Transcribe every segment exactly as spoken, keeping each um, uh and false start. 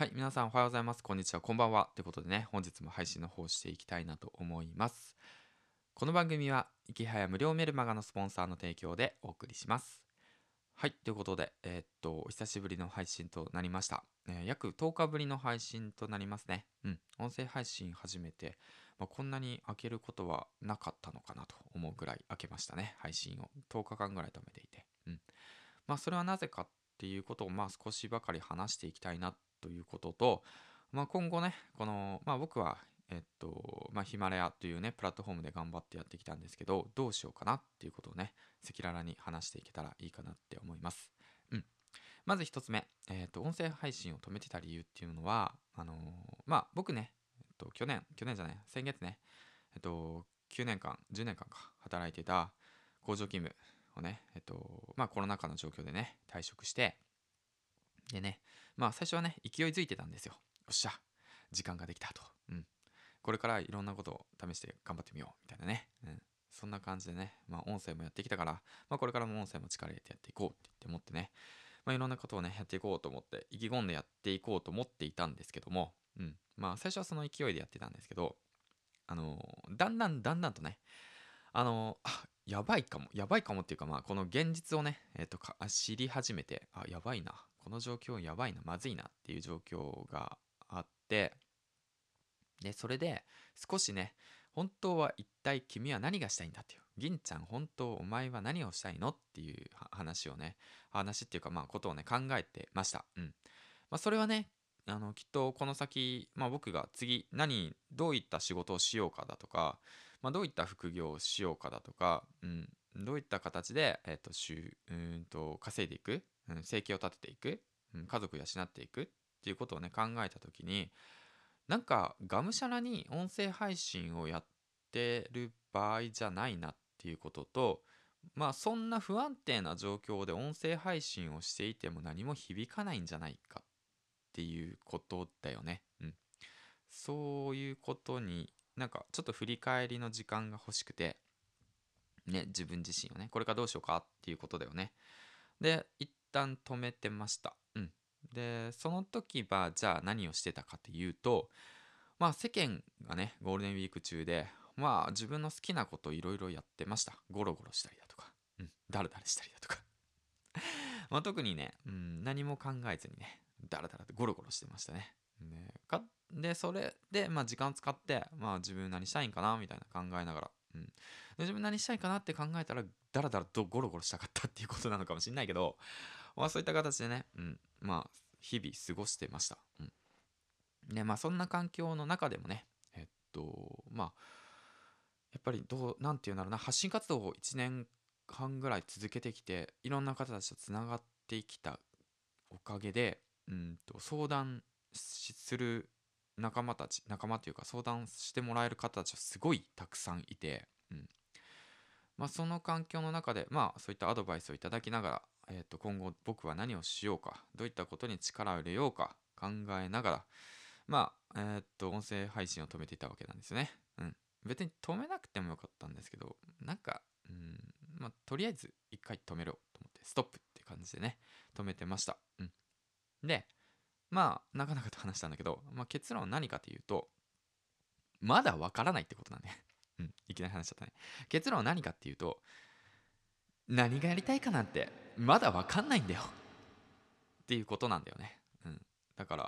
はい、皆さんおはようございます。こんにちは、こんばんは。ということでね、本日も配信の方していきたいなと思います。この番組は、いきはや無料メルマガのスポンサーの提供でお送りします。はい、ということで、えーっと、お久しぶりの配信となりました。えー約とおかぶりの配信となりますね。うん、音声配信始めて、まあ、こんなに開けることはなかったのかなと思うぐらい開けましたね、配信を。とおかかんぐらい止めていて。うん。まあ、それはなぜかっていうことを、まあ、少しばかり話していきたいなということと、まあ、今後ね、この、まあ、僕は、えっと、まあ、ヒマラヤというね、プラットフォームで頑張ってやってきたんですけど、どうしようかなっていうことをね、赤裸々に話していけたらいいかなって思います。うん。まず一つ目、えっと、音声配信を止めてた理由っていうのは、あのーまあ、僕ね、えっと、去年、去年じゃない、先月ね、えっと、きゅうねんかん、じゅうねんかんか、働いてた工場勤務をね、えっと、まあコロナ禍の状況でね、退職して、でね、まあ最初はね、勢いづいてたんですよ。よっしゃ、時間ができたと。うん。これからいろんなことを試して頑張ってみよう、みたいなね。うん。そんな感じでね、まあ音声もやってきたから、まあこれからも音声も力入れてやっていこうって言って思ってね、まあいろんなことをね、やっていこうと思って、意気込んでやっていこうと思っていたんですけども、うん。まあ最初はその勢いでやってたんですけど、あのーだんだんだんだんとね、あのーあ、やばいかも、やばいかもっていうか、まあ、この現実をね、えっと、か知り始めて、あ、やばいな、この状況やばいな、まずいなっていう状況があって、で、それで、少しね、本当は一体君は何がしたいんだっていう、銀ちゃん、本当お前は何をしたいのっていうは話をね、話っていうか、まあ、ことをね、考えてました。うん。まあ、それはね、あのきっとこの先、まあ、僕が次何どういった仕事をしようかだとか、まあ、どういった副業をしようかだとか、うん、どういった形で、えっと収うーんと稼いでいく、うん、生計を立てていく、うん、家族を養っていくっていうことをね考えた時に、なんかがむしゃらに音声配信をやってる場合じゃないなっていうことと、まあそんな不安定な状況で音声配信をしていても何も響かないんじゃないかっていうことだよね。うん。そういうことになんかちょっと振り返りの時間が欲しくて、ね、自分自身をね、これからどうしようかっていうことだよね。で、一旦止めてました。うん。で、その時はじゃあ何をしてたかっていうと、まあ世間がね、ゴールデンウィーク中で、まあ自分の好きなことをいろいろやってました。ゴロゴロしたりだとか、うん、ダラダラしたりだとか。まあ特にね、うん、何も考えずにね、ダラダラとゴロゴロしてましたね。で、かでそれで、まあ時間使って、まあ自分何したいんかなみたいな考えながら、うん。で自分何したいかなって考えたら、ダラダラとゴロゴロしたかったっていうことなのかもしれないけど、まあそういった形でね、うん、まあ日々過ごしてました。うん。で、まあそんな環境の中でもね、えっと、まあ、やっぱりどう、なんていうんだろうな、発信活動をいちねんはんぐらい続けてきて、いろんな方たちとつながってきたおかげで、うんと、相談しする仲間たち、仲間というか相談してもらえる方たちはすごいたくさんいて、うん。まあその環境の中で、まあそういったアドバイスをいただきながら、えっと、今後僕は何をしようか、どういったことに力を入れようか考えながら、まあ、えーっと、音声配信を止めていたわけなんですよね。うん。別に止めなくてもよかったんですけど、なんか、うん、まあ、とりあえず一回止めろと思って、ストップって感じでね、止めてました。うん。で、まあ、なかなかと話したんだけど、まあ、結論は何かというと、まだわからないってことなんで、うん、いきなり話しちゃったね。結論は何かっていうと、何がやりたいかなんて、まだわかんないんだよっていうことなんだよね。うん。だから、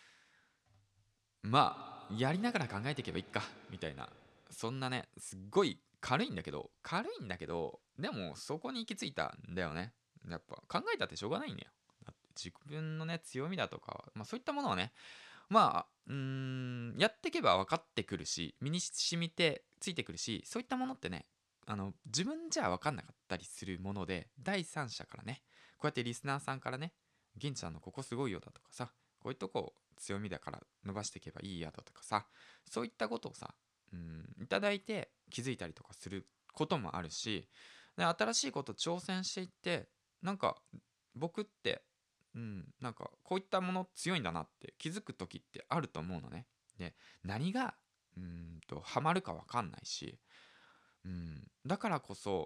まあやりながら考えていけばいいかみたいな、そんなね、すっごい軽いんだけど軽いんだけどでもそこに行き着いたんだよね。やっぱ考えたってしょうがないんだよ。だって自分のね強みだとか、まあ、そういったものはね、まあうーんやっていけば分かってくるし、身に染みてついてくるし、そういったものってね、あの自分じゃ分かんなかったりするもので、第三者からね、こうやってリスナーさんからね、銀ちゃんのここすごいよだとかさ、こういうとこ強みだから伸ばしていけばいいやだとかさ、そういったことをさ、うん、いただいて気づいたりとかすることもあるし、で新しいこと挑戦していって、なんか僕って、うん、なんかこういったもの強いんだなって気づく時ってあると思うのね。で、何がうんとハマるか分かんないし、うん、だからこそ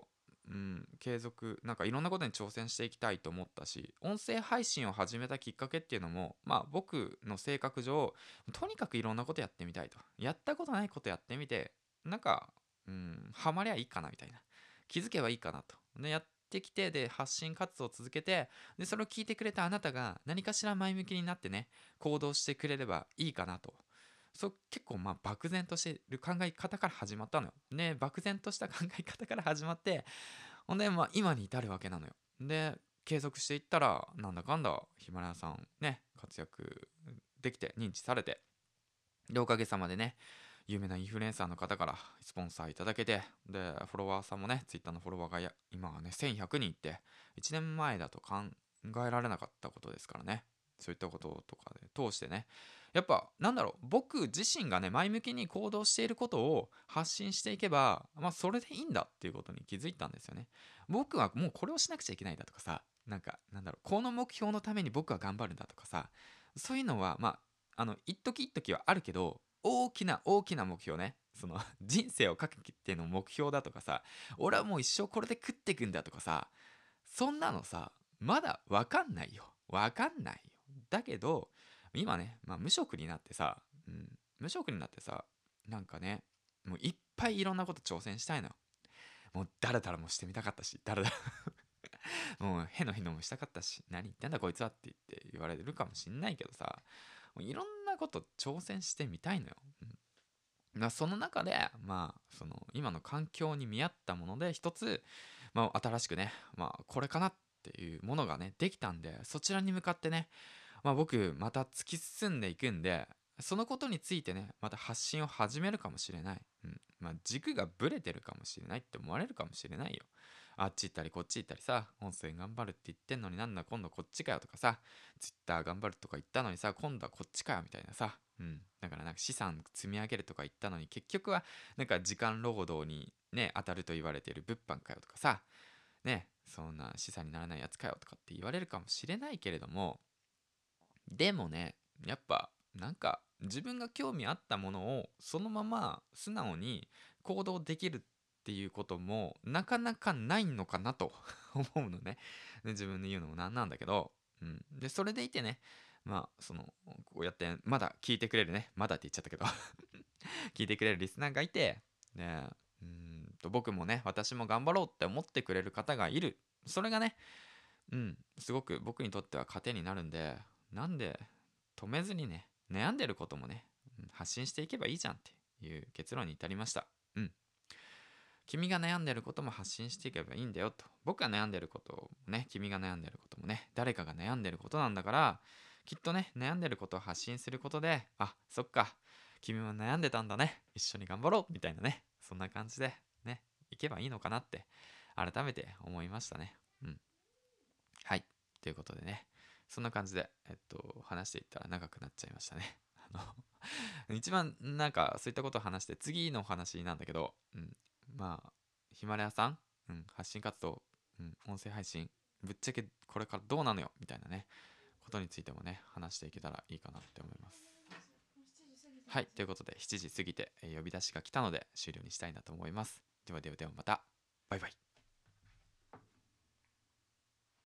うん、継続なんかいろんなことに挑戦していきたいと思ったし、音声配信を始めたきっかけっていうのも、まあ僕の性格上とにかくいろんなことやってみたいと、やったことないことやってみて、なんか、うん、ハマりゃいいかなみたいな、気づけばいいかなとでやってきて、で発信活動を続けて、でそれを聞いてくれたあなたが何かしら前向きになってね、行動してくれればいいかなと。そう結構まあ漠然としてる考え方から始まったのよ。で漠然とした考え方から始まって、ほんでまあ今に至るわけなのよ。で継続していったらなんだかんだヒマラヤさんね活躍できて認知されて、でおかげさまでね有名なインフルエンサーの方からスポンサーいただけて、でフォロワーさんもねツイッターのフォロワーがや今はねせんひゃくにんいっていちねんまえだと考えられなかったことですからね。そういったこととかで通してね、やっぱなんだろう、僕自身がね前向きに行動していることを発信していけば、まあそれでいいんだっていうことに気づいたんですよね。僕はもうこれをしなくちゃいけないんだとかさ、なんかなんだろう、この目標のために僕は頑張るんだとかさ、そういうのはまああの一時一時はあるけど、大きな大きな目標ね、その人生をかけての目標だとかさ、俺はもう一生これで食っていくんだとかさ、そんなのさまだわかんないよ、わかんないよ。だけど今ね、まあ、無職になってさ、うん、無職になってさ、なんかね、もういっぱいいろんなこと挑戦したいのよ。もうダラダラもしてみたかったし、ダラダラもうへのへのもしたかったし、何言ってんだこいつはって言って言われるかもしんないけどさ、もういろんなこと挑戦してみたいのよ。うんまあ、その中で、まあ、その今の環境に見合ったもので一つ、まあ、新しくね、まあ、これかなっていうものがねできたんで、そちらに向かってね、まあ、僕また突き進んでいくんで、そのことについてねまた発信を始めるかもしれない、うんまあ、軸がブレてるかもしれないって思われるかもしれないよ。あっち行ったりこっち行ったりさ、音声頑張るって言ってんのになんだ今度こっちかよとかさ、ツイッター頑張るとか言ったのにさ今度はこっちかよみたいなさ、うんだからなんか資産積み上げるとか言ったのに結局はなんか時間労働にね当たると言われている物販かよとかさ、ねそんな資産にならないやつかよとかって言われるかもしれないけれども、でもね、やっぱなんか自分が興味あったものをそのまま素直に行動できるっていうこともなかなかないのかなと思うのね。で自分で言うのもなんなんだけど、うん、でそれでいてね、まあそのこうやってまだ聞いてくれるね、まだって言っちゃったけど聞いてくれるリスナーがいて、ね、うーんと僕もね私も頑張ろうって思ってくれる方がいる、それがね、うんすごく僕にとっては糧になるんで、なんで止めずにね悩んでることもね、うん発信していけばいいじゃんっていう結論に至りました。うん、君が悩んでることも発信していけばいいんだよと。僕が悩んでることもね、君が悩んでることもね、誰かが悩んでることなんだから、きっとね悩んでることを発信することで、あそっか君も悩んでたんだね、一緒に頑張ろうみたいなね、そんな感じでねいけばいいのかなって改めて思いましたね。うん、はい、ということでね、そんな感じで、えっと、話していったら長くなっちゃいましたね。あの一番なんかそういったことを話して次のお話なんだけど、うん、まあヒマラヤさん、うん、発信活動、うん、音声配信ぶっちゃけこれからどうなのよみたいなねことについてもね話していけたらいいかなって思います。はい、ということでしちじ過ぎて、えー呼び出しが来たので終了にしたいなと思います。ではではではまた、バイバイ。